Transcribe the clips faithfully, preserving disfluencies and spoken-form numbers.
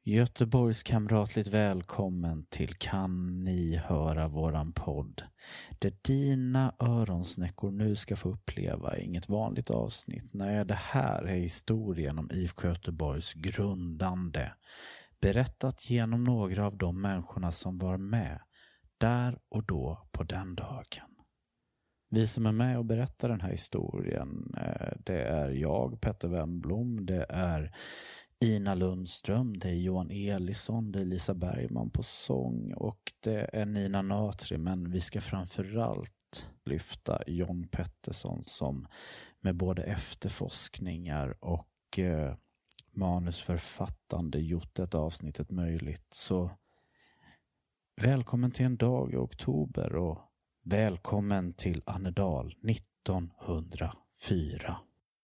Göteborgs kamratligt välkommen till Kan ni höra våran podd, där dina öronsnäckor nu ska få uppleva inget vanligt avsnitt. Nej, det här är historien om I F K Göteborgs grundande, berättat genom några av de människorna som var med där och då på den dagen. Vi som är med och berättar den här historien, det är jag, Petter Wemblom, det är Ina Lundström, det är Johan Elisson, det är Lisa Bergman på sång och det är Nina Natri. Men vi ska framförallt lyfta John Pettersson som med både efterforskningar och eh, manusförfattande gjort ett avsnittet möjligt. Så välkommen till en dag i oktober och välkommen till Annedal nittonhundrafyra.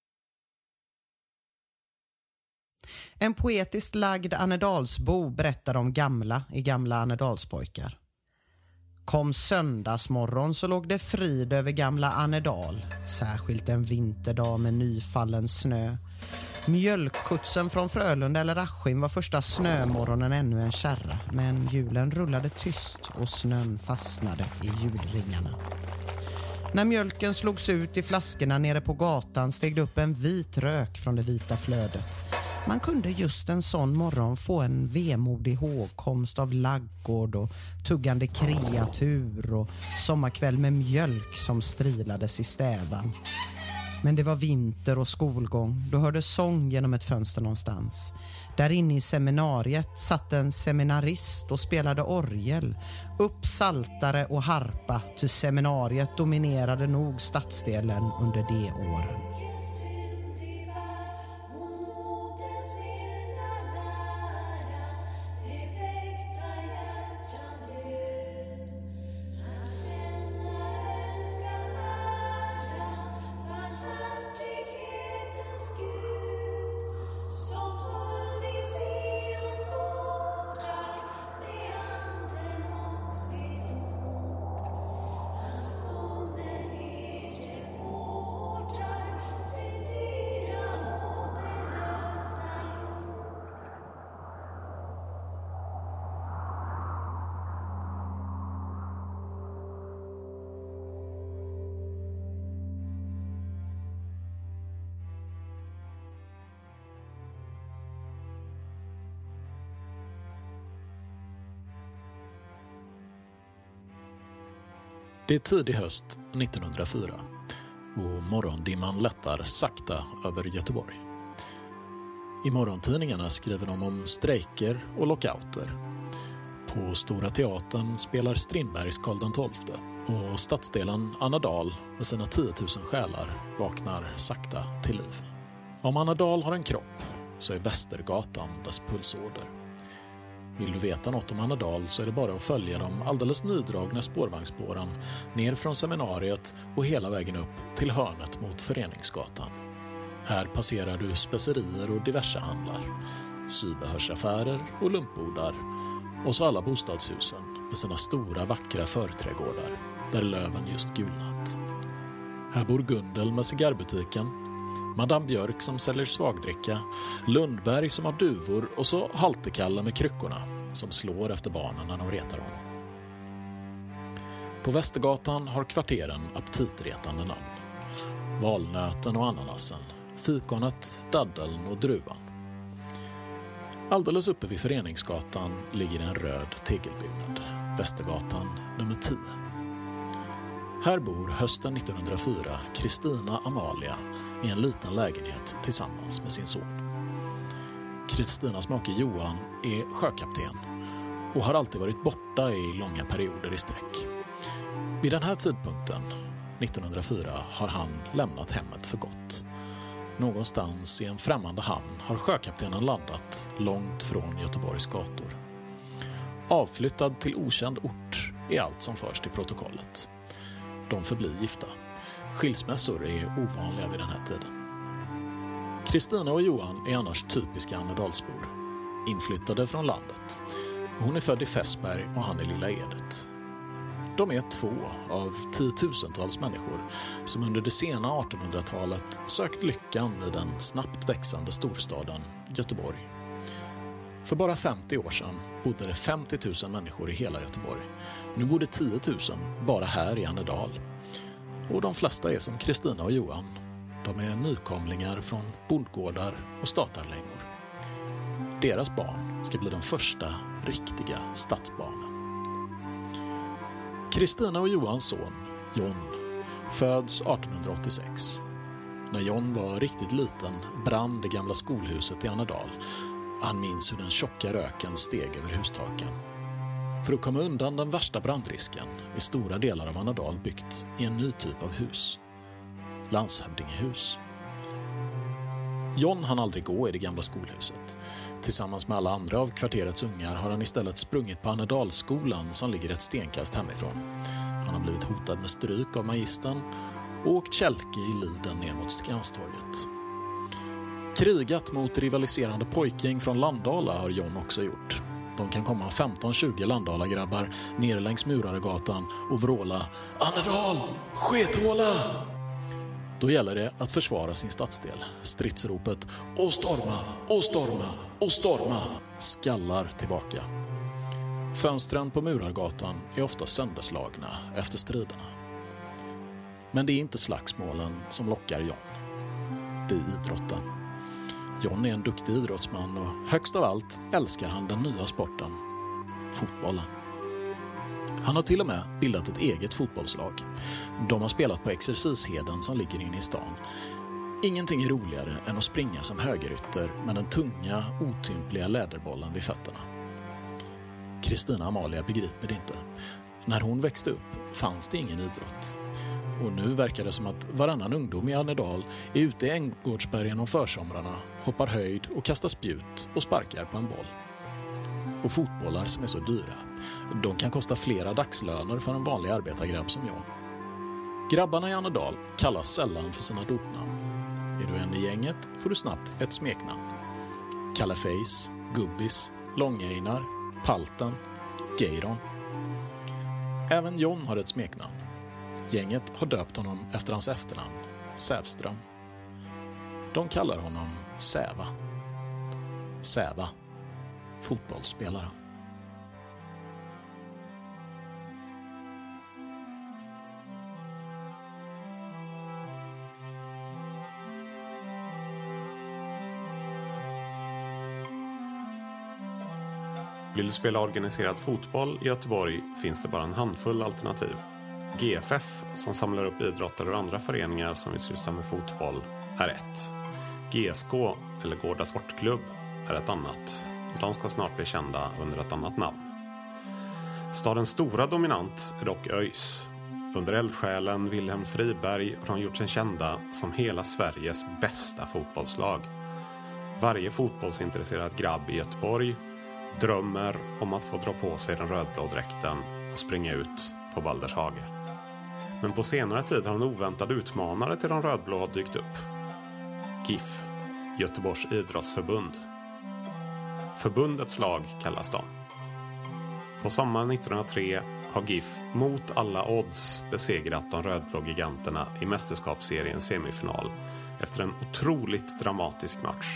En poetiskt lagd Annedalsbo berättar om gamla i gamla Annedalspojkar. Kom söndagsmorgon så låg det frid över gamla Annedal, särskilt en vinterdag med nyfallen snö. Mjölkskjutsen från Frölunda eller Askim var första snömorgonen ännu en kärra, men hjulen rullade tyst och snön fastnade i hjulringarna. När mjölken slogs ut i flaskorna nere på gatan steg det upp en vit rök från det vita flödet. Man kunde just en sån morgon få en vemodig hågkomst av laggård och tuggande kreatur och sommarkväll med mjölk som strilades i stävan. Men det var vinter och skolgång. Då hörde sång genom ett fönster någonstans. Där inne i seminariet satt en seminarist och spelade orgel. Upp saltare och harpa, till seminariet dominerade nog stadsdelen under de åren. Det är tidig höst nittonhundrafyra och morgondimman lättar sakta över Göteborg. I morgontidningarna skriver de om strejker och lockouter. På Stora Teatern spelar Strindbergs Karl den tolfte och stadsdelen Annedal med sina tiotusen själar vaknar sakta till liv. Om Annedal har en kropp så är Västergatan dess pulsåder. Vill du veta något om Annedal så är det bara att följa de alldeles nydragna spårvagnsspåren ner från seminariet och hela vägen upp till hörnet mot Föreningsgatan. Här passerar du specerier och diversehandlar, sybehörsaffärer och lumpbodar och så alla bostadshusen med sina stora vackra förträdgårdar där löven just gulnat. Här bor Gundel med cigarbutiken, Madame Björk som säljer svagdricka, Lundberg som har duvor och så Haltekalle med kryckorna som slår efter barnen när de retar honom. På Västergatan har kvarteren aptitretande namn. Valnöten och ananasen, fikonet, daddeln och druvan. Alldeles uppe vid Föreningsgatan ligger en röd tegelbyggnad, Västergatan nummer tio. Här bor hösten nittonhundrafyra Kristina Amalia i en liten lägenhet tillsammans med sin son. Kristinas make Johan är sjökapten och har alltid varit borta i långa perioder i sträck. Vid den här tidpunkten, nittonhundrafyra, har han lämnat hemmet för gott. Någonstans i en främmande hamn har sjökaptenen landat långt från Göteborgs gator. Avflyttad till okänd ort är allt som förs till protokollet. De förblir gifta. Skilsmässor är ovanliga vid den här tiden. Kristina och Johan är annars typiska Annedalsbor. Inflyttade från landet. Hon är född i Fässberg och han är Lilla Edet. De är två av tiotusentals människor som under det sena artonhundratalet sökt lyckan i den snabbt växande storstaden Göteborg. För bara femtio år sedan bodde det femtio tusen människor i hela Göteborg. Nu bor det tio tusen bara här i Annedal. Och de flesta är som Kristina och Johan. De är nykomlingar från bondgårdar och statarlängor. Deras barn ska bli de första riktiga stadsbarnen. Kristina och Johans son, John, föds artonhundraåttiosex. När John var riktigt liten brann det gamla skolhuset i Annedal. Han minns hur den tjocka röken steg över hustaken. För att komma undan den värsta brandrisken är stora delar av Annedal byggt i en ny typ av hus. Landshövdingehus. John hann aldrig gå i det gamla skolhuset. Tillsammans med alla andra av kvarterets ungar har han istället sprungit på Annedalsskolan som ligger ett stenkast hemifrån. Han har blivit hotad med stryk av magistern och åkt kälke i liden ner mot Skanstorget. Krigat mot rivaliserande pojkgäng från Landala har John också gjort. De kan komma femton tjugo Landala-grabbar ner längs Muraregatan och vråla Annedal, skethåla! Då gäller det att försvara sin stadsdel. Stridsropet "Å storma, å storma, å storma" skallar tillbaka. Fönstren på Murargatan är ofta sönderslagna efter striderna. Men det är inte slagsmålen som lockar John. Det är idrotten. John är en duktig idrottsman och högst av allt älskar han den nya sporten, fotbollen. Han har till och med bildat ett eget fotbollslag. De har spelat på Exercisheden som ligger inne i stan. Ingenting är roligare än att springa som högerytter med den tunga, otympliga läderbollen vid fötterna. Kristina Amalia begriper det inte. När hon växte upp fanns det ingen idrott. Och nu verkar det som att varannan ungdom i Annedal är ute i Änggårdsbergen om försomrarna, hoppar höjd och kastar spjut och sparkar på en boll. Och fotbollar som är så dyra. De kan kosta flera dagslöner för en vanlig arbetargrabb som jag. Grabbarna i Annedal kallas sällan för sina dopnamn. Är du en i gänget får du snabbt ett smeknamn. Kalle Face, Gubbis, Långeinar, Palten, Geiron. Även John har ett smeknamn. Gänget har döpt honom efter hans efternamn, Sävström. De kallar honom Säva. Säva, fotbollsspelare. Vill du spela organiserad fotboll i Göteborg finns det bara en handfull alternativ. G F F, som samlar upp idrottare och andra föreningar som vill syssla med fotboll, är ett. G S K, eller Gårda Sportklubb, är ett annat. De ska snart bli kända under ett annat namn. Stadens stora dominant är dock ÖIS. Under eldsjälen Wilhelm Friberg har de gjort sig kända som hela Sveriges bästa fotbollslag. Varje fotbollsintresserad grabb i Göteborg drömmer om att få dra på sig den rödblå dräkten och springa ut på Baldershage. Men på senare tid har en oväntad utmanare till de rödblå dykt upp. G I F, Göteborgs idrottsförbund. Förbundets lag kallas de. På sommaren nittonhundratre har G I F mot alla odds besegrat de rödblå giganterna i mästerskapsseriens semifinal efter en otroligt dramatisk match.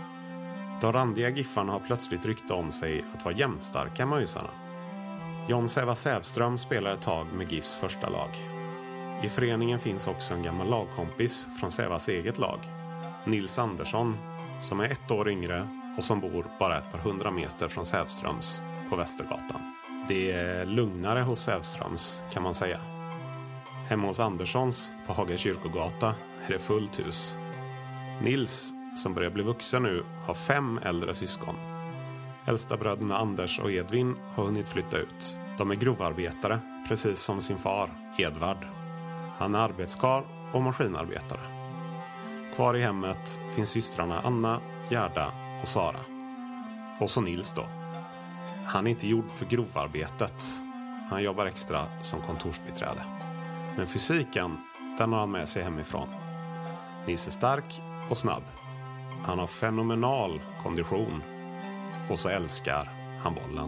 De randiga giffarna har plötsligt rykte om sig att vara jämnstarka möjsarna. John Säva Sävström spelar ett tag med G I Fs första lag. I föreningen finns också en gammal lagkompis från Sävas eget lag, Nils Andersson, som är ett år yngre och som bor bara ett par hundra meter från Sävströms på Västergatan. Det är lugnare hos Sävströms, kan man säga. Hemma hos Anderssons på Haga kyrkogata är det fullt hus. Nils, som börjar bli vuxen nu, har fem äldre syskon. Äldsta bröderna Anders och Edvin har hunnit flytta ut. De är grovarbetare, precis som sin far, Edvard. Han är arbetskar och maskinarbetare. Kvar i hemmet finns systrarna Anna, Gerda och Sara. Och så Nils då. Han är inte gjord för grovarbetet. Han jobbar extra som kontorsbiträde. Men fysiken, den har han med sig hemifrån. Nils är stark och snabb. Han har fenomenal kondition. Och så älskar han bollen.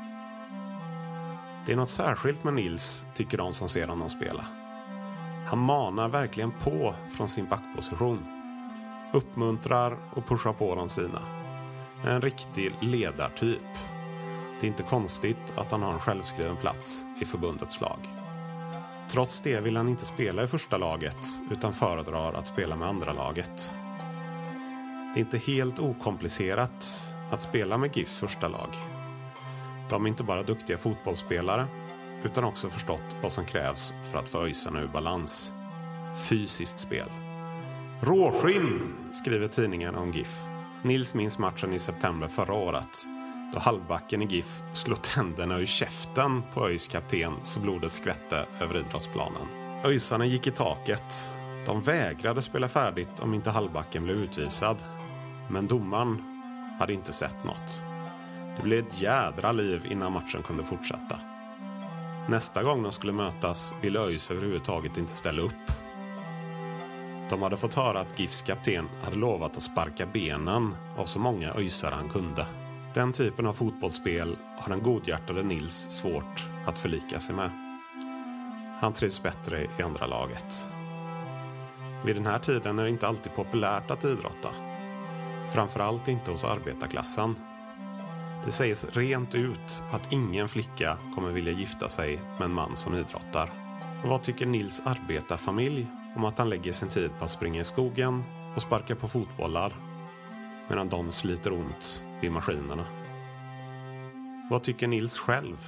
Det är något särskilt med Nils, tycker de som ser honom spela. Han manar verkligen på från sin backposition. Uppmuntrar och pushar på de sina. En riktig ledartyp. Det är inte konstigt att han har en självskriven plats i förbundets lag. Trots det vill han inte spela i första laget utan föredrar att spela med andra laget. Det är inte helt okomplicerat att spela med GIFs första lag. De är inte bara duktiga fotbollsspelare utan också förstått vad som krävs för att få ÖISarna ur balans. Fysiskt spel. Råskinn, skriver tidningen om GIF. Nils minns matchen i september förra året då halvbacken i GIF slog tänderna ur käften på ÖIS kapten så blodet skvätte över idrottsplanen. ÖISarna gick i taket. De vägrade spela färdigt om inte halvbacken blev utvisad. Men domaren hade inte sett något. Det blev ett jädra liv innan matchen kunde fortsätta. Nästa gång de skulle mötas ville ÖIS överhuvudtaget inte ställa upp. De hade fått höra att GIFs kapten hade lovat att sparka benen av så många ÖISare han kunde. Den typen av fotbollsspel har den godhjärtade Nils svårt att förlika sig med. Han trivs bättre i andra laget. Vid den här tiden är det inte alltid populärt att idrotta. Framförallt inte hos arbetarklassen. Det sägs rent ut att ingen flicka kommer vilja gifta sig med en man som idrottar. Och vad tycker Nils arbetarfamilj om att han lägger sin tid på att springa i skogen och sparka på fotbollar medan de sliter ont vid maskinerna? Vad tycker Nils själv?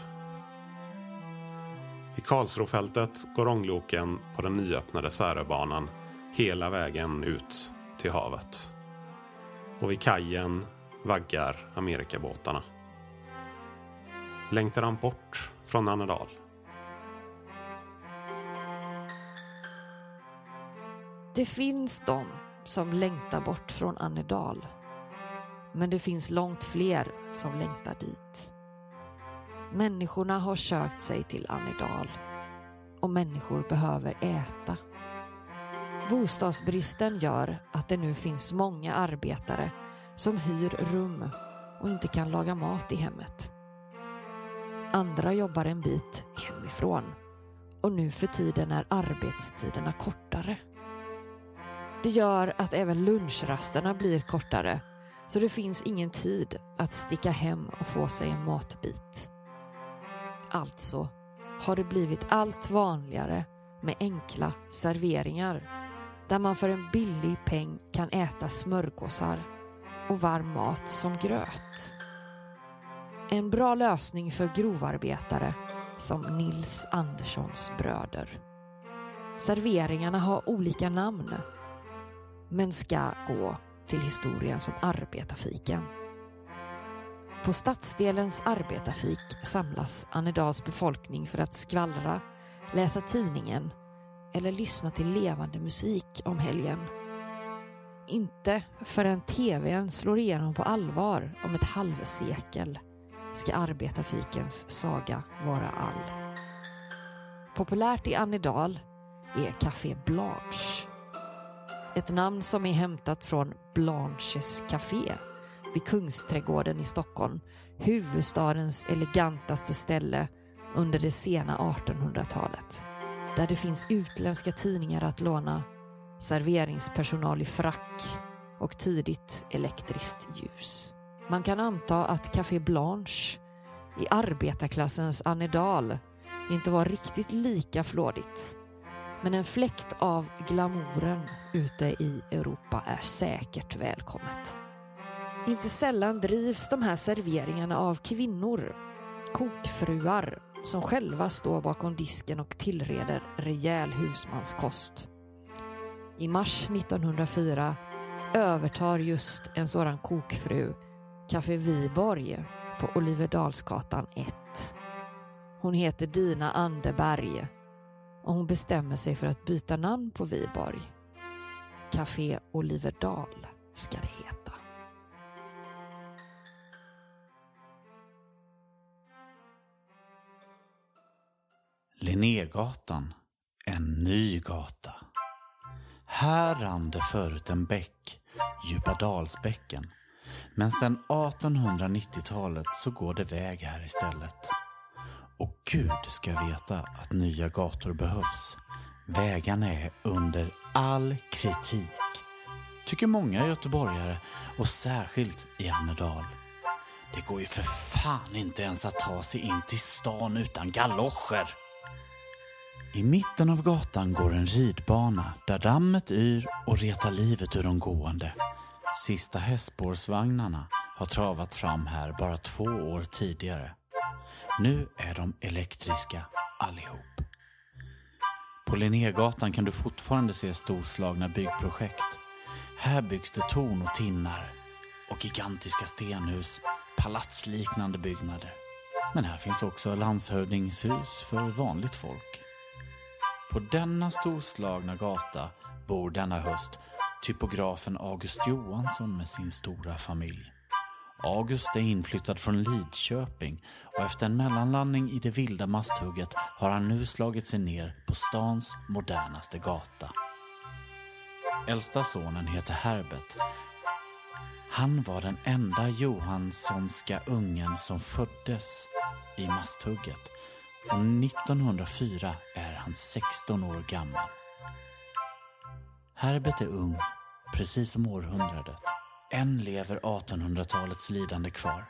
I Karlsrofältet går ångloken på den nyöppnade Säröbanan hela vägen ut till havet. Och vid kajen vaggar Amerikabåtarna. Längtar han bort från Annedal? Det finns de som längtar bort från Annedal. Men det finns långt fler som längtar dit. Människorna har sökt sig till Annedal. Och människor behöver äta. Bostadsbristen gör att det nu finns många arbetare som hyr rum och inte kan laga mat i hemmet. Andra jobbar en bit hemifrån och nu för tiden är arbetstiderna kortare. Det gör att även lunchrasterna blir kortare så det finns ingen tid att sticka hem och få sig en matbit. Alltså har det blivit allt vanligare med enkla serveringar där man för en billig peng kan äta smörgåsar och varm mat som gröt. En bra lösning för grovarbetare som Nils Anderssons bröder. Serveringarna har olika namn men ska gå till historien som arbetarfiken. På stadsdelens arbetarfik samlas Annedals befolkning för att skvallra, läsa tidningen eller lyssna till levande musik om helgen. Inte förrän tvn slår igenom på allvar om ett halvsekel ska arbetarfikens saga vara all. Populärt i Annedal är Café Blanche. Ett namn som är hämtat från Blanches Café vid Kungsträdgården i Stockholm, huvudstadens elegantaste ställe under det sena artonhundratalet. Där det finns utländska tidningar att låna, serveringspersonal i frack och tidigt elektriskt ljus. Man kan anta att Café Blanche i arbetarklassens Annedal inte var riktigt lika flådigt. Men en fläkt av glamouren ute i Europa är säkert välkommet. Inte sällan drivs de här serveringarna av kvinnor, kokfruar, som själva står bakom disken och tillreder rejäl husmanskost. I mars nittonhundrafyra övertar just en sådan kokfru Café Viborg på Oliverdalsgatan ett. Hon heter Dina Anderberg och hon bestämmer sig för att byta namn på Viborg. Café Oliverdal ska det heta. Linnégatan, en ny gata. Här rann det förut en bäck, Djupadalsbäcken. Men sedan artonhundranittiotalet så går det väg här istället. Och Gud ska veta att nya gator behövs. Vägarna är under all kritik. tycker många göteborgare och särskilt i Annedal. Det går ju för fan inte ens att ta sig in till stan utan galoscher. I mitten av gatan går en ridbana där dammet yr och retar livet ur de gående. Sista hästspårsvagnarna har travat fram här bara två år tidigare. Nu är de elektriska allihop. På Linnégatan kan du fortfarande se storslagna byggprojekt. Här byggs det torn och tinnar och gigantiska stenhus, palatsliknande byggnader. Men här finns också landshövdingshus för vanligt folk. På denna storslagna gata bor denna höst typografen August Johansson med sin stora familj. August är inflyttad från Lidköping och efter en mellanlandning i det vilda Masthugget har han nu slagit sig ner på stans modernaste gata. Äldsta sonen heter Herbert. Han var den enda Johanssonska ungen som föddes i Masthugget och nittonhundrafyra är han sexton år gammal. Herbert är ung, precis som århundradet. Än lever artonhundratalets lidande kvar.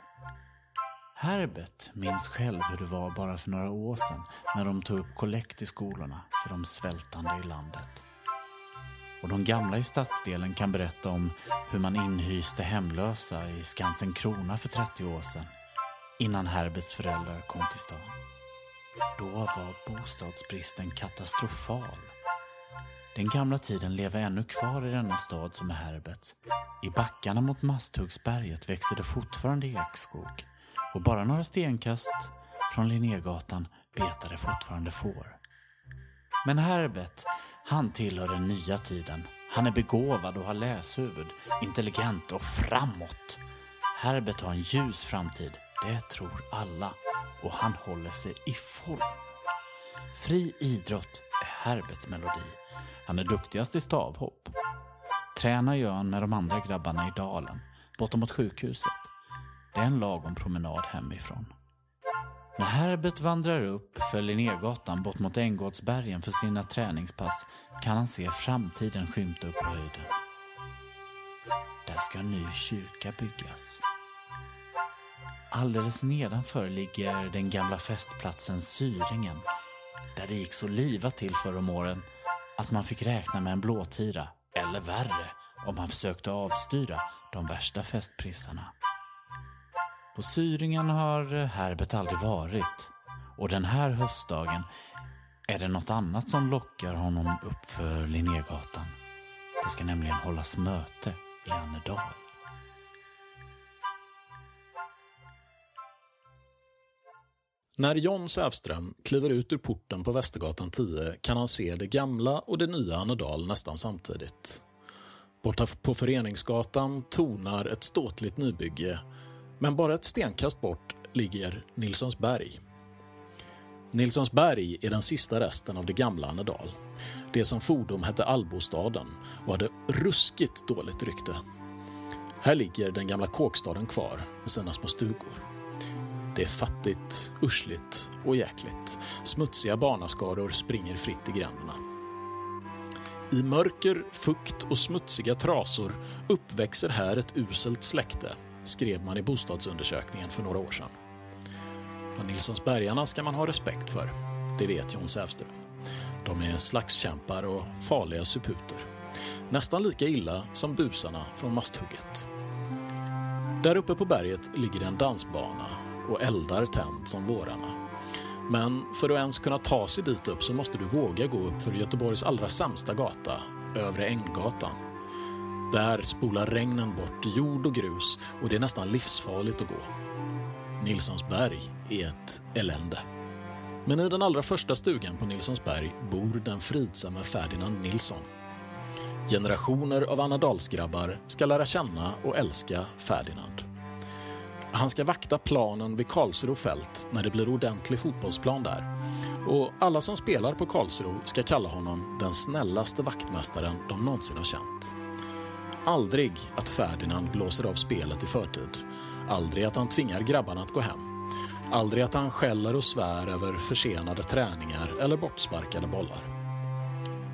Herbert minns själv hur det var bara för några år sedan när de tog upp kollekt i skolorna för de svältande i landet. Och de gamla i stadsdelen kan berätta om hur man inhyste hemlösa i Skansen Krona för trettio år sedan, innan Herberts föräldrar kom till stan. Då var bostadsbristen katastrofal. Den gamla tiden lever ännu kvar i denna stad som är Herberts. I backarna mot Masthuggsberget växer det fortfarande ekskog. Och bara några stenkast från Linnégatan betar det fortfarande får. Men Herbert, han tillhör den nya tiden. Han är begåvad och har läshuvud, intelligent och framåt. Herbert har en ljus framtid, det tror alla. Och han håller sig i form. Fri idrott är Herberts melodi. Han är duktigast i stavhopp. Tränar gör han med de andra grabbarna i dalen, bortom mot sjukhuset. Det är en lagom promenad hemifrån. När Herbert vandrar upp för Linnégatan bort mot Änggårdsbergen för sina träningspass kan han se framtiden skymta upp på höjden. Där ska en ny kyrka byggas. Alldeles nedanför ligger den gamla festplatsen Syringen, där det gick så livat till förr om åren att man fick räkna med en blåtira, eller värre, om man försökte avstyra de värsta festprissarna. På Syringen har Herbert aldrig varit, och den här höstdagen är det något annat som lockar honom upp för Linnégatan. Det ska nämligen hållas möte i Annedal. När John Sävström kliver ut ur porten på Västergatan tio kan han se det gamla och det nya Annedal nästan samtidigt. Borta på Föreningsgatan tonar ett ståtligt nybygge, men bara ett stenkast bort ligger Nilssonsberg. Nilssonsberg är den sista resten av det gamla Annedal. Det som fordom hette Allbostaden och hade ruskigt dåligt rykte. Här ligger den gamla kåkstaden kvar med sina små stugor. Det är fattigt, ursligt och jäkligt. Smutsiga barnaskaror springer fritt i gränderna. I mörker, fukt och smutsiga trasor uppväxer här ett uselt släkte, skrev man i bostadsundersökningen för några år sedan. Och Nilssonsbergarna ska man ha respekt för, det vet John Sävström. De är slagskämpar och farliga suputer. Nästan lika illa som busarna från Masthugget. Där uppe på berget ligger en dansbana och eldar tänd som vårarna. Men för att ens kunna ta sig dit upp så måste du våga gå upp för Göteborgs allra sämsta gata, Övre Änggatan. Där spolar regnen bort jord och grus och det är nästan livsfarligt att gå. Nilssonsberg är ett elände. Men i den allra första stugan på Nilssonsberg bor den fridsamma Ferdinand Nilsson. Generationer av Annedalsgrabbar ska lära känna och älska Ferdinand. Han ska vakta planen vid Karlsro fält när det blir ordentlig fotbollsplan där. Och alla som spelar på Karlsro ska kalla honom den snällaste vaktmästaren de någonsin har känt. Aldrig att Ferdinand blåser av spelet i förtid. Aldrig att han tvingar grabbarna att gå hem. Aldrig att han skäller och svär över försenade träningar eller bortsparkade bollar.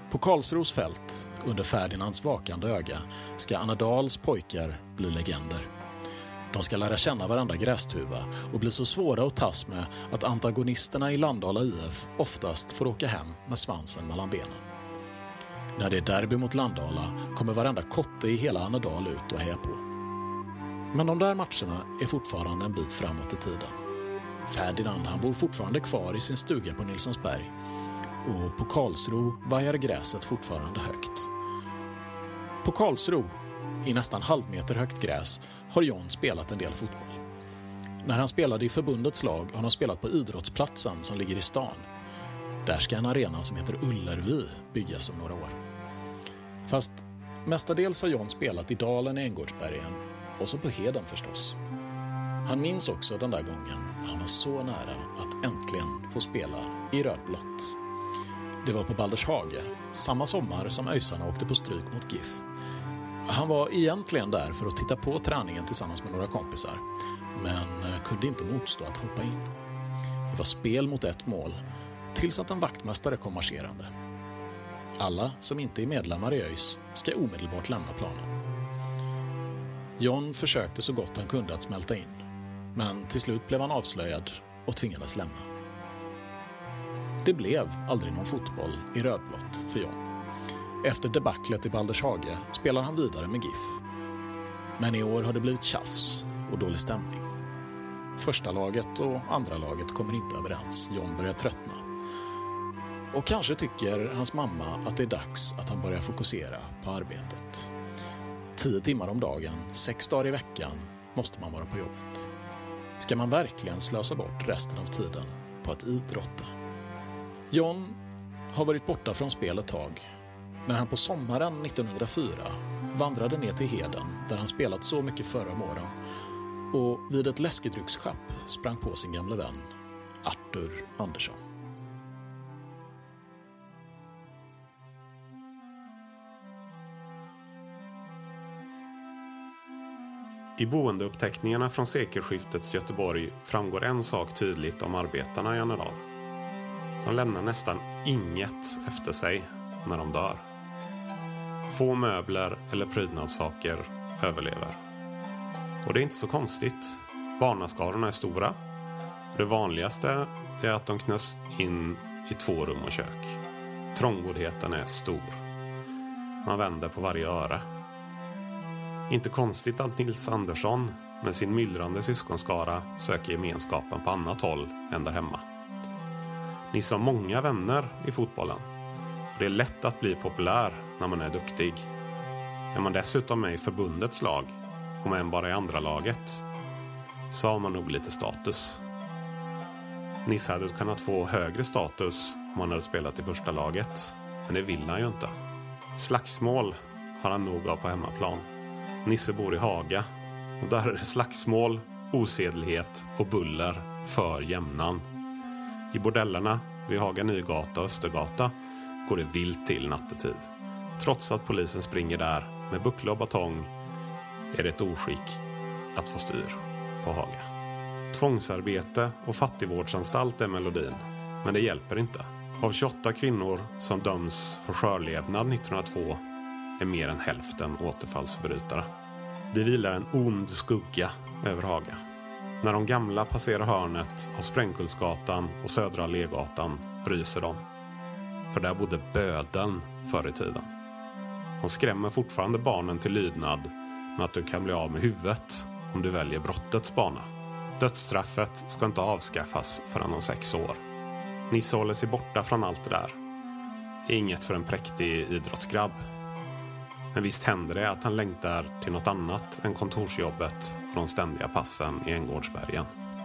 På Karlsros fält, under Ferdinands vakande öga, ska Annedals pojkar bli legender. De ska lära känna varandra grästuva och bli så svåra att tas med att antagonisterna i Landala I F oftast får åka hem med svansen mellan benen. När det är derby mot Landala kommer varenda kotte i hela Annedal ut och heja på. Men de där matcherna är fortfarande en bit framåt i tiden. Ferdinand han bor fortfarande kvar i sin stuga på Nilssonsberg. Och på Karlsro vajar gräset fortfarande högt. På Karlsro, i nästan halvmeter högt gräs, har John spelat en del fotboll. När han spelade i förbundets lag har han spelat på idrottsplatsen som ligger i stan. Där ska en arena som heter Ullervi byggas om några år. Fast mestadels har John spelat i dalen i Änggårdsbergen och så på Heden förstås. Han minns också den där gången han var så nära att äntligen få spela i rödblått. Det var på Baldershage, samma sommar som ÖISarna åkte på stryk mot GIF. Han var egentligen där för att titta på träningen tillsammans med några kompisar, men kunde inte motstå att hoppa in. Det var spel mot ett mål, tills att en vaktmästare kom marscherande. Alla som inte är medlemmar i ÖIS ska omedelbart lämna planen. John försökte så gott han kunde att smälta in, men till slut blev han avslöjad och tvingades lämna. Det blev aldrig någon fotboll i rödblått för John. Efter debaclet i Baldershage spelar han vidare med GIF. Men i år har det blivit tjafs och dålig stämning. Första laget och andra laget kommer inte överens. John börjar tröttna. Och kanske tycker hans mamma att det är dags att han börjar fokusera på arbetet. Tio timmar om dagen, sex dagar i veckan måste man vara på jobbet. Ska man verkligen slösa bort resten av tiden på att idrotta? John har varit borta från spel ett tag. När han på sommaren nittonhundrafyra vandrade ner till Heden där han spelat så mycket förra morgon och vid ett läskedrycksschapp sprang på sin gamla vän Arthur Andersson. I boendeuppteckningarna från sekelskiftets Göteborg framgår en sak tydligt om arbetarna i Annedal. De lämnar nästan inget efter sig när de dör. Få möbler eller prydnadssaker överlever. Och det är inte så konstigt. Barnaskarorna är stora. Och det vanligaste är att de knös in i två rum och kök. Trångboddheten är stor. Man vänder på varje öra. Inte konstigt att Nils Andersson med sin myllrande syskonskara söker gemenskapen på annat håll än där hemma. Nisse har många vänner i fotbollen. Det är lätt att bli populär när man är duktig. Är man dessutom med i förbundets lag och man bara i andra laget så har man nog lite status. Nisse hade kunnat få högre status om han hade spelat i första laget, men det vill han ju inte. Slagsmål har han nog av på hemmaplan. Nisse bor i Haga och där är det slagsmål, osedlighet och buller för jämnan. I bordellerna vid Haga Nygata och Östergata går det vilt till nattetid. Trots att polisen springer där med buckla och batong är det ett oskick att få styr på Haga. Tvångsarbete och fattigvårdsanstalt är melodin, men det hjälper inte. Av tjugoåtta kvinnor som döms för skörlevnad nittonhundratvå är mer än hälften återfallsförbrytare. Det vilar en ond skugga över Haga. När de gamla passerar hörnet av Sprängkullsgatan och Södra Allégatan ryser de. För där bodde bödeln förr i tiden. De skrämmer fortfarande barnen till lydnad med att du kan bli av med huvudet om du väljer brottets bana. Dödsstraffet ska inte avskaffas förrän om sex år. Nisse håller sig borta från allt det där. Inget för en präktig idrottsgrabb. Men visst händer det att han längtar till något annat än kontorsjobbet och de ständiga passen i Änggårdsbergen.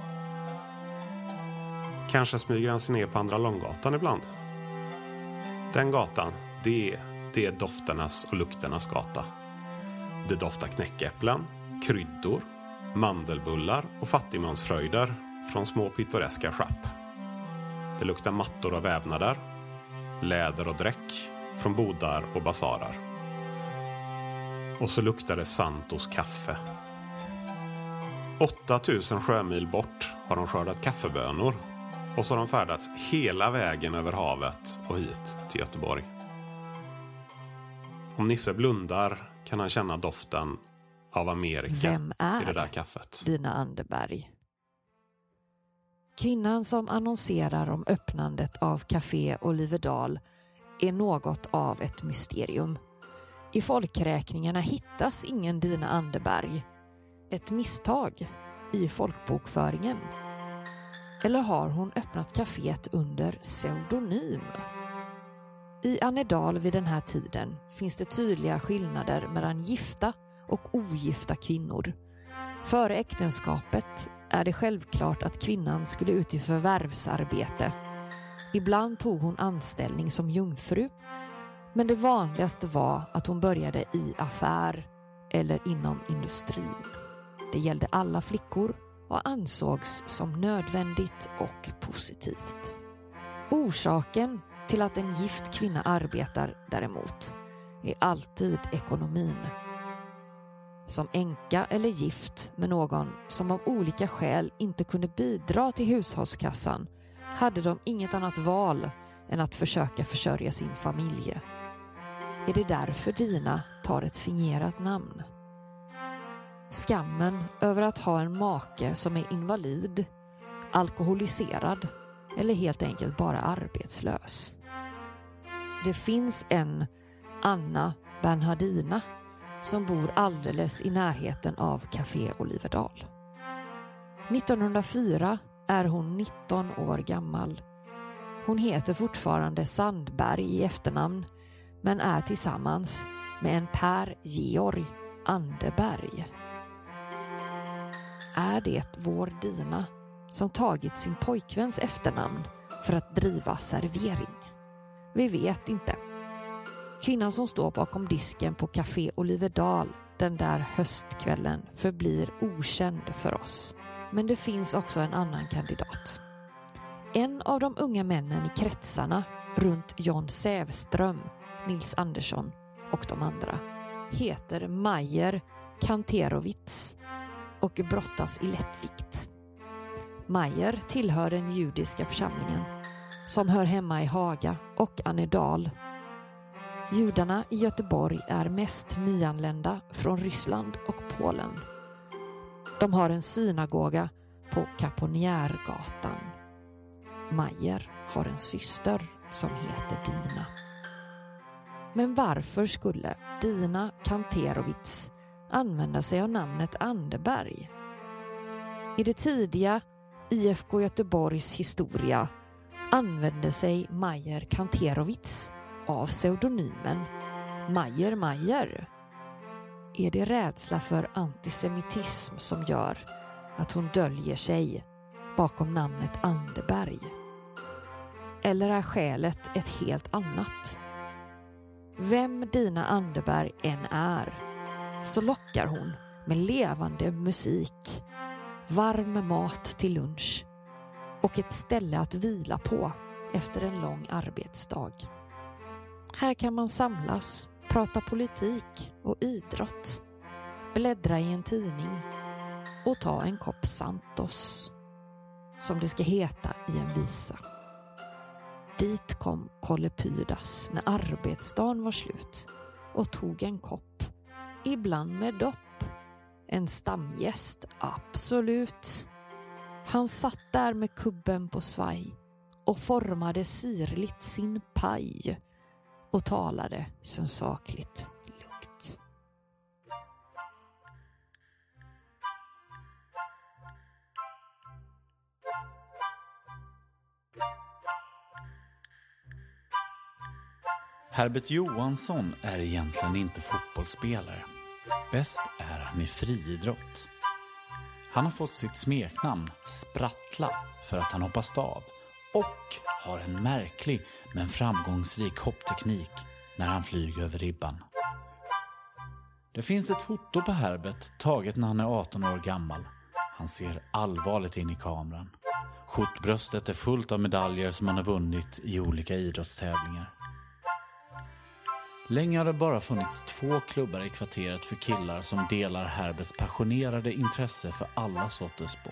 Kanske smyger han sig ner på Andra Långgatan ibland. Den gatan, det, det är dofternas och lukternas gata. Det doftar knäckäpplen, kryddor, mandelbullar och fattigmansfröjder från små pittoreska schapp. Det luktar mattor och vävnader, läder och dräck från bodar och basarer. Och så luktar det Santos kaffe. åtta tusen sjömil bort har de skördat kaffebönor. Och så har de färdats hela vägen över havet och hit till Göteborg. Om Nisse blundar kan han känna doften av Amerika. Vem är i det där kaffet. Dina Anderberg? Kvinnan som annonserar om öppnandet av Café Oliverdal är något av ett mysterium. I folkräkningarna hittas ingen Dina Anderberg. Ett misstag i folkbokföringen. Eller har hon öppnat kaféet under pseudonym? I Annedal vid den här tiden finns det tydliga skillnader mellan gifta och ogifta kvinnor. Före äktenskapet är det självklart att kvinnan skulle ut i förvärvsarbete. Ibland tog hon anställning som jungfru, men det vanligaste var att hon började i affär eller inom industrin. Det gällde alla flickor och ansågs som nödvändigt och positivt. Orsaken till att en gift kvinna arbetar däremot är alltid ekonomin. Som änka eller gift med någon som av olika skäl inte kunde bidra till hushållskassan hade de inget annat val än att försöka försörja sin familj. Är det därför Dina tar ett fingerat namn? Skammen över att ha en make som är invalid, alkoholiserad eller helt enkelt bara arbetslös. Det finns en Anna Bernhardina som bor alldeles i närheten av Café Oliverdal. nittonhundrafyra är hon nitton år gammal. Hon heter fortfarande Sandberg i efternamn men är tillsammans med en Per Georg Anderberg. Är det vår Dina som tagit sin pojkväns efternamn för att driva servering? Vi vet inte. Kvinnan som står bakom disken på Café Oliverdal den där höstkvällen förblir okänd för oss. Men det finns också en annan kandidat. En av de unga männen i kretsarna runt John Sävström, Nils Andersson och de andra heter Majer Kanterowitz och brottas i lättvikt. Majer tillhör den judiska församlingen som hör hemma i Haga och Annedal. Judarna i Göteborg är mest nyanlända från Ryssland och Polen. De har en synagoga på Kaponjärgatan. Majer har en syster som heter Dina. Men varför skulle Dina Kanterowitz använda sig av namnet Anderberg? I det tidiga I F K Göteborgs historia använde sig Majer Kanterowitz av pseudonymen Majer Majer. Är det rädsla för antisemitism som gör att hon döljer sig bakom namnet Anderberg? Eller är skälet ett helt annat? Vem Dina Anderberg än är så lockar hon med levande musik, varm mat till lunch och ett ställe att vila på efter en lång arbetsdag. Här kan man samlas, prata politik och idrott, bläddra i en tidning och ta en kopp Santos, som det ska heta i en visa. Dit kom Kolle Pydas när arbetsdagen var slut och tog en kopp, ibland med dopp. En stamgäst, absolut. Han satt där med kubben på svaj och formade sirligt sin paj och talade som sakligt lugnt. Herbert Johansson är egentligen inte fotbollsspelare. Bäst är han i friidrott. Han har fått sitt smeknamn Sprattla för att han hoppar stav och har en märklig men framgångsrik hoppteknik när han flyger över ribban. Det finns ett foto på Herbert taget när han är arton år gammal. Han ser allvarligt in i kameran. Skjortbröstet är fullt av medaljer som han har vunnit i olika idrottstävlingar. Länge har det bara funnits två klubbar i kvarteret för killar som delar Herberts passionerade intresse för alla sorters sport.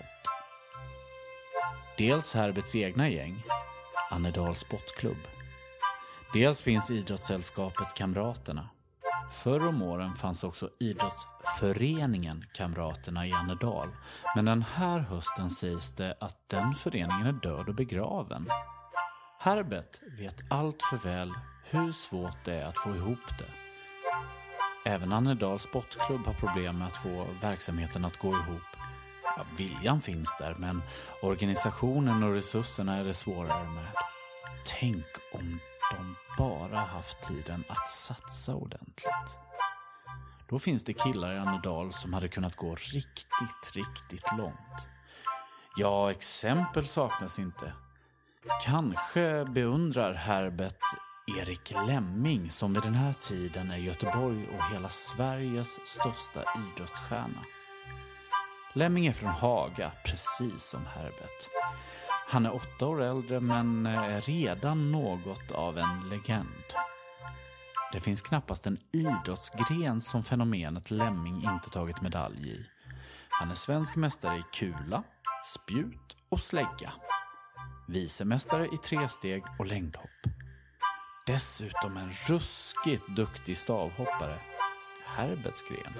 Dels Herberts egna gäng, Annedal Sportklubb. Dels finns idrottssällskapet Kamraterna. Förr om åren fanns också idrottsföreningen Kamraterna i Annedal, men den här hösten sägs det att den föreningen är död och begraven. Herbert vet allt för väl hur svårt det är att få ihop det. Även Annedals sportklubb har problem med att få verksamheten att gå ihop. Ja, viljan finns där, men organisationen och resurserna är det svårare med. Tänk om de bara haft tiden att satsa ordentligt. Då finns det killar i Annedal som hade kunnat gå riktigt, riktigt långt. Ja, exempel saknas inte. Kanske beundrar Herbert Erik Lemming som vid den här tiden är Göteborg och hela Sveriges största idrottsstjärna. Lemming är från Haga, precis som Herbert. Han är åtta år äldre men är redan något av en legend. Det finns knappast en idrottsgren som fenomenet Lemming inte tagit medalj i. Han är svensk mästare i kula, spjut och slägga. Vicemästare i tresteg och längdhopp. Dessutom en ruskigt duktig stavhoppare. Herberts gren.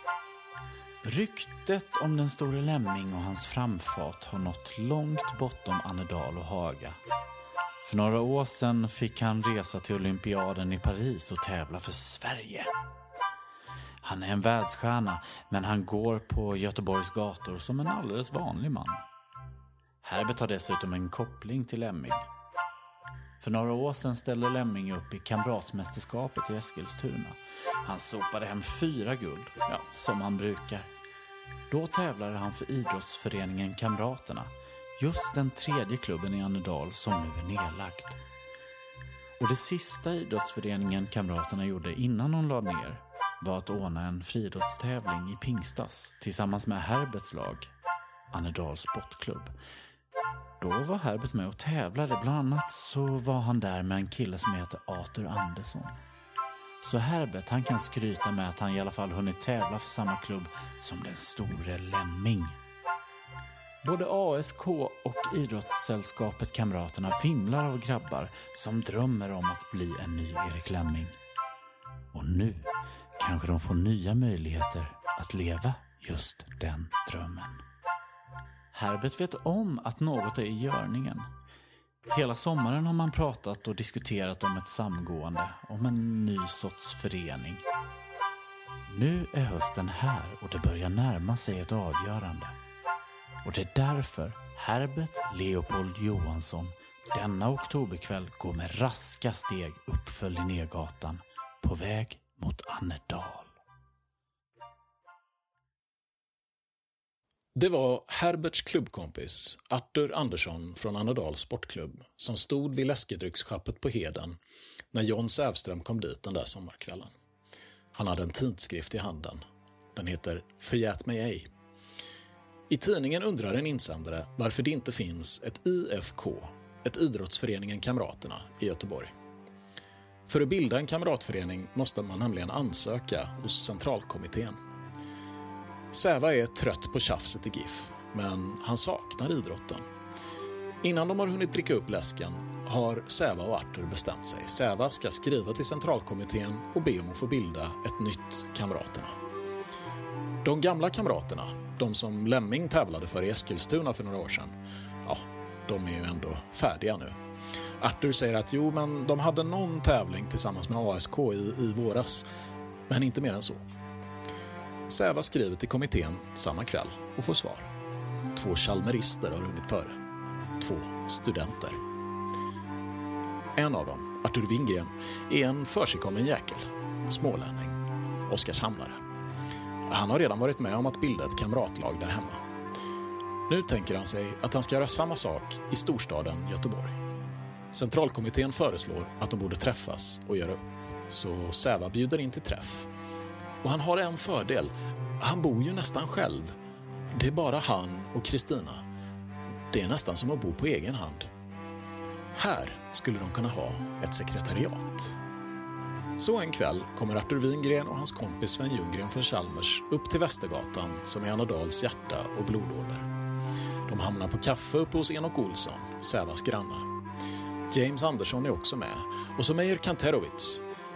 Ryktet om den store Lemming och hans framfart har nått långt bortom Annedal och Haga. För några år sedan fick han resa till olympiaden i Paris och tävla för Sverige. Han är en världsstjärna, men han går på Göteborgs gator som en alldeles vanlig man. Herbert har dessutom en koppling till Lemming. För några år sedan ställde Lemming upp i kamratmästerskapet i Eskilstuna. Han sopade hem fyra guld, ja, som han brukar. Då tävlade han för idrottsföreningen Kamraterna, just den tredje klubben i Annedal som nu är nedlagd. Och det sista idrottsföreningen Kamraterna gjorde innan hon lade ner var att ordna en friidrottstävling i Pingstas tillsammans med Herberts lag, Annedals sportklubb. Då var Herbert med och tävlade, bland annat så var han där med en kille som heter Arthur Andersson. Så Herbert, han kan skryta med att han i alla fall hunnit tävla för samma klubb som den store Lemming. Både A S K och idrottssällskapet Kamraterna vimlar av grabbar som drömmer om att bli en ny Erik Lemming. Och nu kanske de får nya möjligheter att leva just den drömmen. Herbert vet om att något är i görningen. Hela sommaren har man pratat och diskuterat om ett samgående, om en ny sorts förening. Nu är hösten här och det börjar närma sig ett avgörande. Och det är därför Herbert Leopold Johansson denna oktoberkväll går med raska steg uppför Linnégatan på väg mot Annedal. Det var Herberts klubbkompis Arthur Andersson från Annedals sportklubb som stod vid läskedrycksschappet på Heden när John Sävström kom dit den där sommarkvällen. Han hade en tidskrift i handen. Den heter Förgät mig ej. I tidningen undrar en insändare varför det inte finns ett I F K, ett idrottsföreningen Kamraterna i Göteborg. För att bilda en kamratförening måste man nämligen ansöka hos centralkommittén. Säva är trött på tjafset i GIF, men han saknar idrotten. Innan de har hunnit dricka upp läsken har Säva och Arthur bestämt sig. Säva ska skriva till centralkommittén och be om att få bilda ett nytt Kamraterna. De gamla Kamraterna, de som Lemming tävlade för i Eskilstuna för några år sedan, ja, de är ju ändå färdiga nu. Arthur säger att jo, men de hade någon tävling tillsammans med A S K i, i våras, men inte mer än så. Säva skriver till kommittén samma kväll och får svar. Två chalmerister har hunnit före. Två studenter. En av dem, Arthur Wingren, är en försigkommen jäkel. Smålänning. Oskarshamnare. Han har redan varit med om att bilda ett kamratlag där hemma. Nu tänker han sig att han ska göra samma sak i storstaden Göteborg. Centralkommittén föreslår att de borde träffas och göra upp. Så Säva bjuder in till träff. Och han har en fördel. Han bor ju nästan själv. Det är bara han och Kristina. Det är nästan som att bo på egen hand. Här skulle de kunna ha ett sekretariat. Så en kväll kommer Arthur Wingren och hans kompis Sven Ljunggren från Chalmers upp till Västergatan som är Annedals hjärta och blodåder. De hamnar på kaffe uppe hos Enok Olsson, Sävas grannar. James Andersson är också med och så Meir Kanterowitz.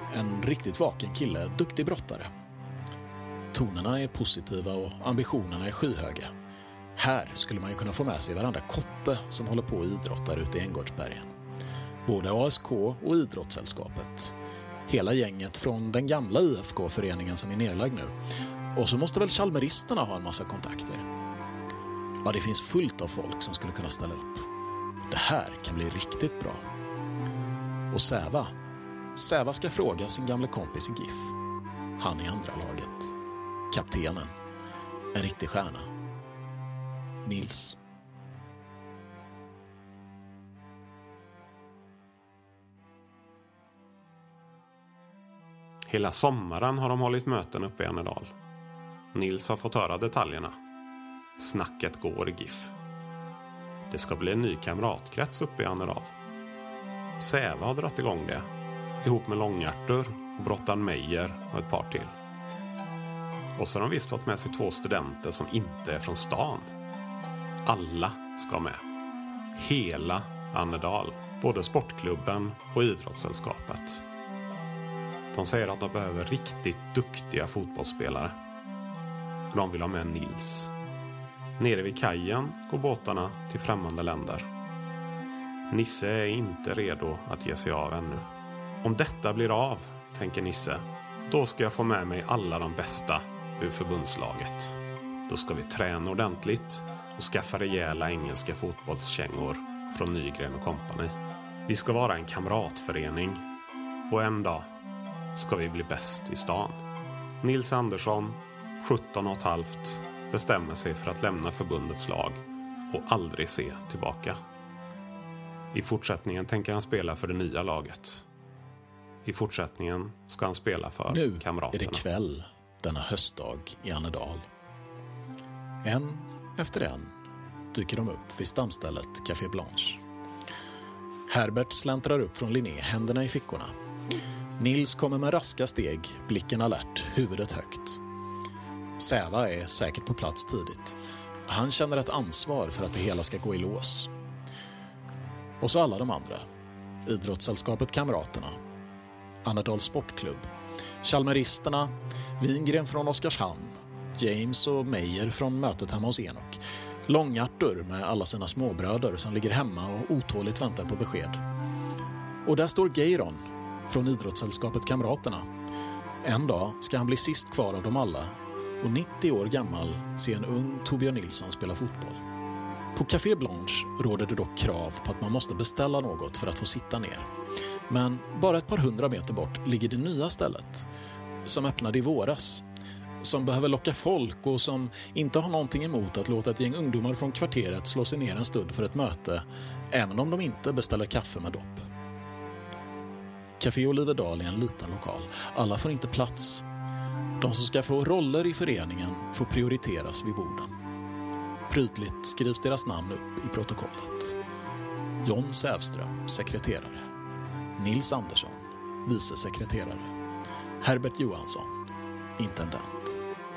En riktigt vaken kille, duktig brottare. Tonerna är positiva och ambitionerna är skyhöga. Här skulle man ju kunna få med sig varandra kotte som håller på och idrottar ute i Änggårdsbergen. Både A S K och idrottssällskapet. Hela gänget från den gamla I F K-föreningen som är nedlagd nu. Och så måste väl chalmeristerna ha en massa kontakter. Ja, det finns fullt av folk som skulle kunna ställa upp. Det här kan bli riktigt bra. Och Säva. Säva ska fråga sin gamla kompis i GIF. Han i andra laget. Kaptenen. En riktig stjärna. Nils. Hela sommaren har de hållit möten uppe i Annedal. Nils har fått höra detaljerna. Snacket går i GIF. Det ska bli en ny kamratkrets uppe i Annedal. Säva har dragit igång det. Ihop med Långhjärtur och Brottan Meijer och ett par till. Och så har de visst fått med sig två studenter som inte är från stan. Alla ska med. Hela Annedal. Både sportklubben och idrottssällskapet. De säger att de behöver riktigt duktiga fotbollsspelare. De vill ha med Nils. Nere vid kajen går båtarna till främmande länder. Nisse är inte redo att ge sig av ännu. Om detta blir av, tänker Nisse, då ska jag få med mig alla de bästa ur förbundslaget. Då ska vi träna ordentligt och skaffa rejäla engelska fotbollskängor från Nygren och kompani. Vi ska vara en kamratförening och en dag ska vi bli bäst i stan. Nils Andersson, sjutton och ett halvt, bestämmer sig för att lämna förbundets lag och aldrig se tillbaka. I fortsättningen tänker han spela för det nya laget. I fortsättningen ska han spela för nu kamraterna. Nu är det kväll denna höstdag i Annedal. En efter en dyker de upp vid stamstället Café Blanche. Herbert släntrar upp från Linné, händerna i fickorna. Nils kommer med raska steg, blicken alert, huvudet högt. Säva är säkert på plats tidigt. Han känner ett ansvar för att det hela ska gå i lås. Och så alla de andra. Idrottssällskapet Kamraterna. Annedals sportklubb. Chalmeristerna. Wingren från Oskarshamn. James och Meijer från mötet hemma hos Enok. Långhjärtur med alla sina småbröder som ligger hemma och otåligt väntar på besked. Och där står Geiron från idrottssällskapet Kamraterna. En dag ska han bli sist kvar av dem alla och nittio år gammal se en ung Torbjörn Nilsson spela fotboll. På Café Blanche råder det dock krav på att man måste beställa något för att få sitta ner. Men bara ett par hundra meter bort ligger det nya stället som öppnade i våras. Som behöver locka folk och som inte har någonting emot att låta ett gäng ungdomar från kvarteret slå sig ner en stund för ett möte, även om de inte beställer kaffe med dopp. Café Oliverdal är en liten lokal. Alla får inte plats. De som ska få roller i föreningen får prioriteras vid borden. Prydligt skrivs deras namn upp i protokollet. John Sävström, sekreterare. Nils Andersson, vice sekreterare. Herbert Johansson, intendent.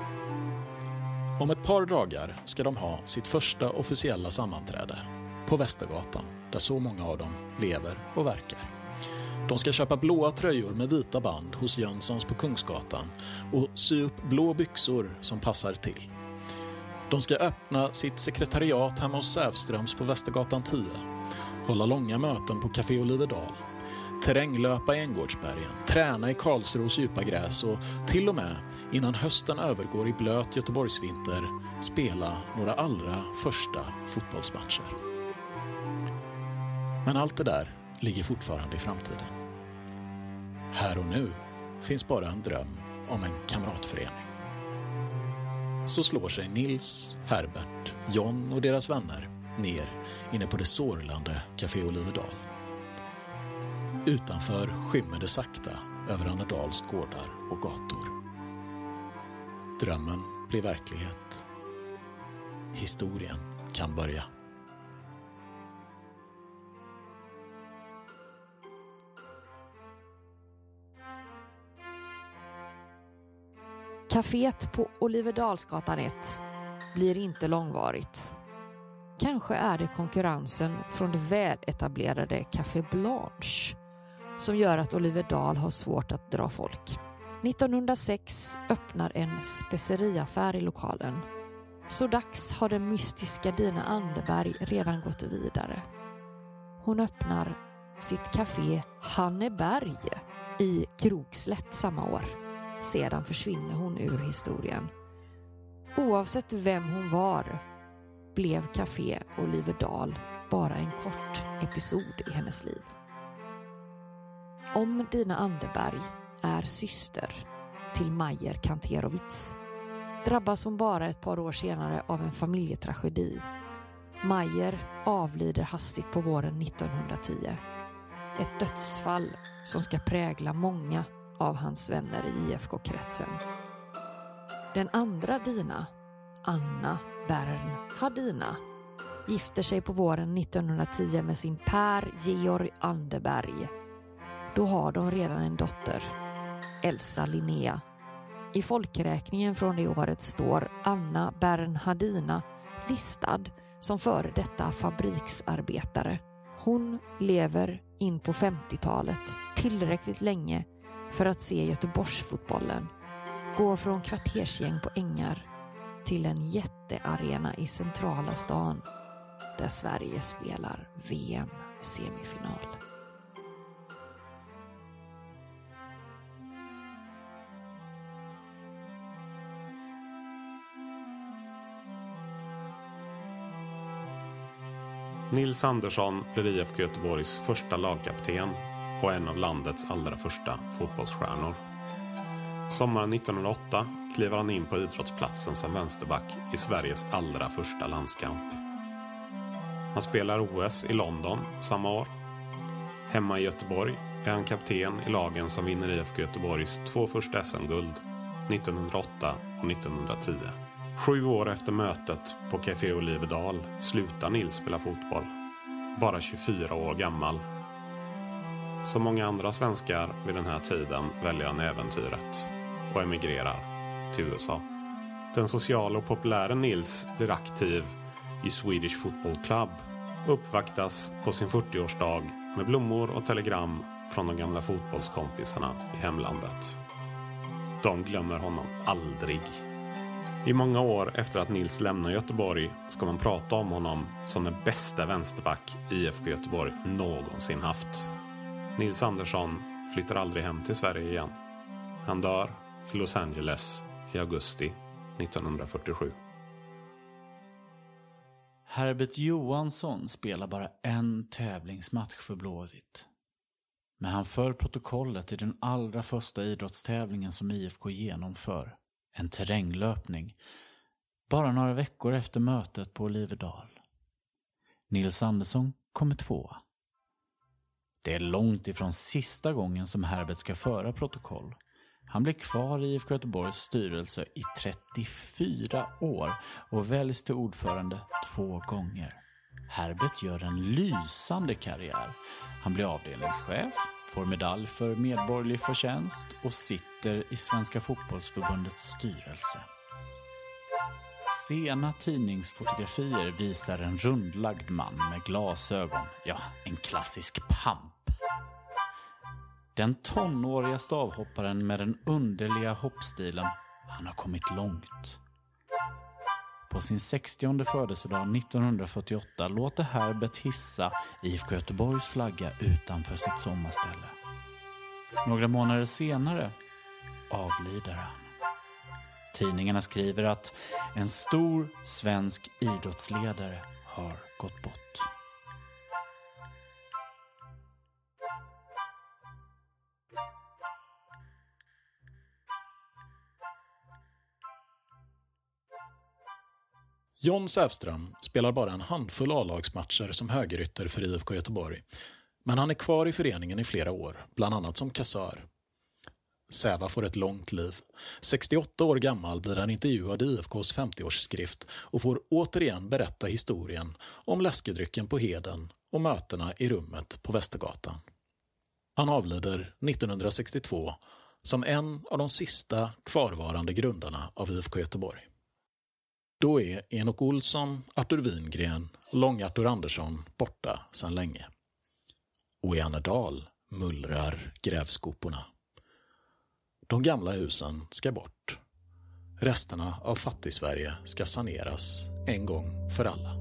Om ett par dagar ska de ha sitt första officiella sammanträde på Västergatan, där så många av dem lever och verkar. De ska köpa blåa tröjor med vita band hos Jönssons på Kungsgatan och sy upp blå byxor som passar till. De ska öppna sitt sekretariat hemma hos Sävströms på Västergatan tio, hålla långa möten på Café Oliverdal, terränglöpa i Änggårdsbergen, träna i Karlsros djupa gräs och till och med innan hösten övergår i blöt Göteborgsvinter spela några allra första fotbollsmatcher. Men allt det där ligger fortfarande i framtiden. Här och nu finns bara en dröm om en kamratförening. Så slår sig Nils, Herbert, John och deras vänner ner inne på det sorlande Café Oliverdal. Utanför skymmer det sakta över Annedals gårdar och gator. Drömmen blir verklighet. Historien kan börja. Caféet på Oliverdalsgatan ett blir inte långvarigt. Kanske är det konkurrensen från det väletablerade Café Blanche som gör att Oliver Dahl har svårt att dra folk. nittonhundrasex öppnar en speceriaffär i lokalen. Så dags har den mystiska Dina Anderberg redan gått vidare. Hon öppnar sitt café Hanneberg i Krokslätt samma år. Sedan försvinner hon ur historien. Oavsett vem hon var blev Café Oliver Dahl bara en kort episod i hennes liv. Om Dina Anderberg är syster till Majer Kanterowitz drabbas hon bara ett par år senare av en familjetragedi. Majer avlider hastigt på våren nittonhundratio. Ett dödsfall som ska prägla många av hans vänner i I F K-kretsen. Den andra Dina, Anna Bernhardina, gifter sig på våren nittonhundratio med sin Per Georg Anderberg. Då har de redan en dotter, Elsa Linnea. I folkräkningen från det året står Anna Bernhardina listad som före detta fabriksarbetare. Hon lever in på femtiotalet tillräckligt länge för att se Göteborgsfotbollen gå från kvartersgäng på ängar till en jättearena i centrala stan där Sverige spelar V M-semifinal. Nils Andersson blir I F K Göteborgs första lagkapten och en av landets allra första fotbollsstjärnor. Sommaren nittonhundraåtta kliver han in på idrottsplatsen som vänsterback i Sveriges allra första landskamp. Han spelar O S i London samma år. Hemma i Göteborg är han kapten i lagen som vinner I F K Göteborgs två första S M-guld nittonhundraåtta och nittonhundratio. Sju år efter mötet på Café Oliver Dahl slutar Nils spela fotboll. Bara tjugofyra år gammal. Som många andra svenskar vid den här tiden väljer han äventyret och emigrerar till U S A. Den sociala och populära Nils blir aktiv i Swedish Football Club och uppvaktas på sin fyrtioårsdag med blommor och telegram från de gamla fotbollskompisarna i hemlandet. De glömmer honom aldrig. I många år efter att Nils lämnar Göteborg ska man prata om honom som den bästa vänsterback I F K Göteborg någonsin haft. Nils Andersson flyttar aldrig hem till Sverige igen. Han dör i Los Angeles i augusti nittonhundrafyrtiosju. Herbert Johansson spelar bara en tävlingsmatch för Blåvitt. Men han för protokollet i den allra första idrottstävlingen som I F K genomför. En terränglöpning. Bara några veckor efter mötet på Oliverdal. Nils Andersson kommer tvåa. Det är långt ifrån sista gången som Herbert ska föra protokoll. Han blir kvar i I F K Göteborgs styrelse i trettiofyra år och väljs till ordförande två gånger. Herbert gör en lysande karriär. Han blir avdelningschef, får medalj för medborgerlig förtjänst och sitter i Svenska fotbollsförbundets styrelse. Sena tidningsfotografier visar en rundlagd man med glasögon. Ja, en klassisk pamp. Den tonåriga stavhopparen med den underliga hoppstilen, han har kommit långt. På sin sextionde födelsedag nittonhundrafyrtioåtta låter Herbert hissa I F K Göteborgs flagga utanför sitt sommarställe. Några månader senare avlider han. Tidningarna skriver att en stor svensk idrottsledare har gått bort. John Sävström spelar bara en handfull A-lagsmatcher som högerytter för I F K Göteborg. Men han är kvar i föreningen i flera år, bland annat som kassör. Säva får ett långt liv. sextioåtta år gammal blir han intervjuad i I F K:s femtioårsskrift och får återigen berätta historien om läskedrycken på Heden och mötena i rummet på Västergatan. Han avlider nittonhundrasextiotvå som en av de sista kvarvarande grundarna av I F K Göteborg. Då är Enok Olsson, Arthur Wingren och Lång-Arthur Andersson borta sedan länge. Och i Annedal mullrar grävskoporna. De gamla husen ska bort. Resterna av Fattigsverige ska saneras en gång för alla.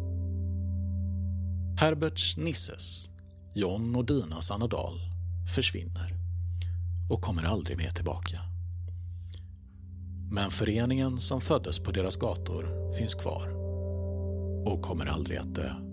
Herberts Nisses, John och Dinas Annedal försvinner och kommer aldrig mer tillbaka. Men föreningen som föddes på deras gator finns kvar och kommer aldrig att dö.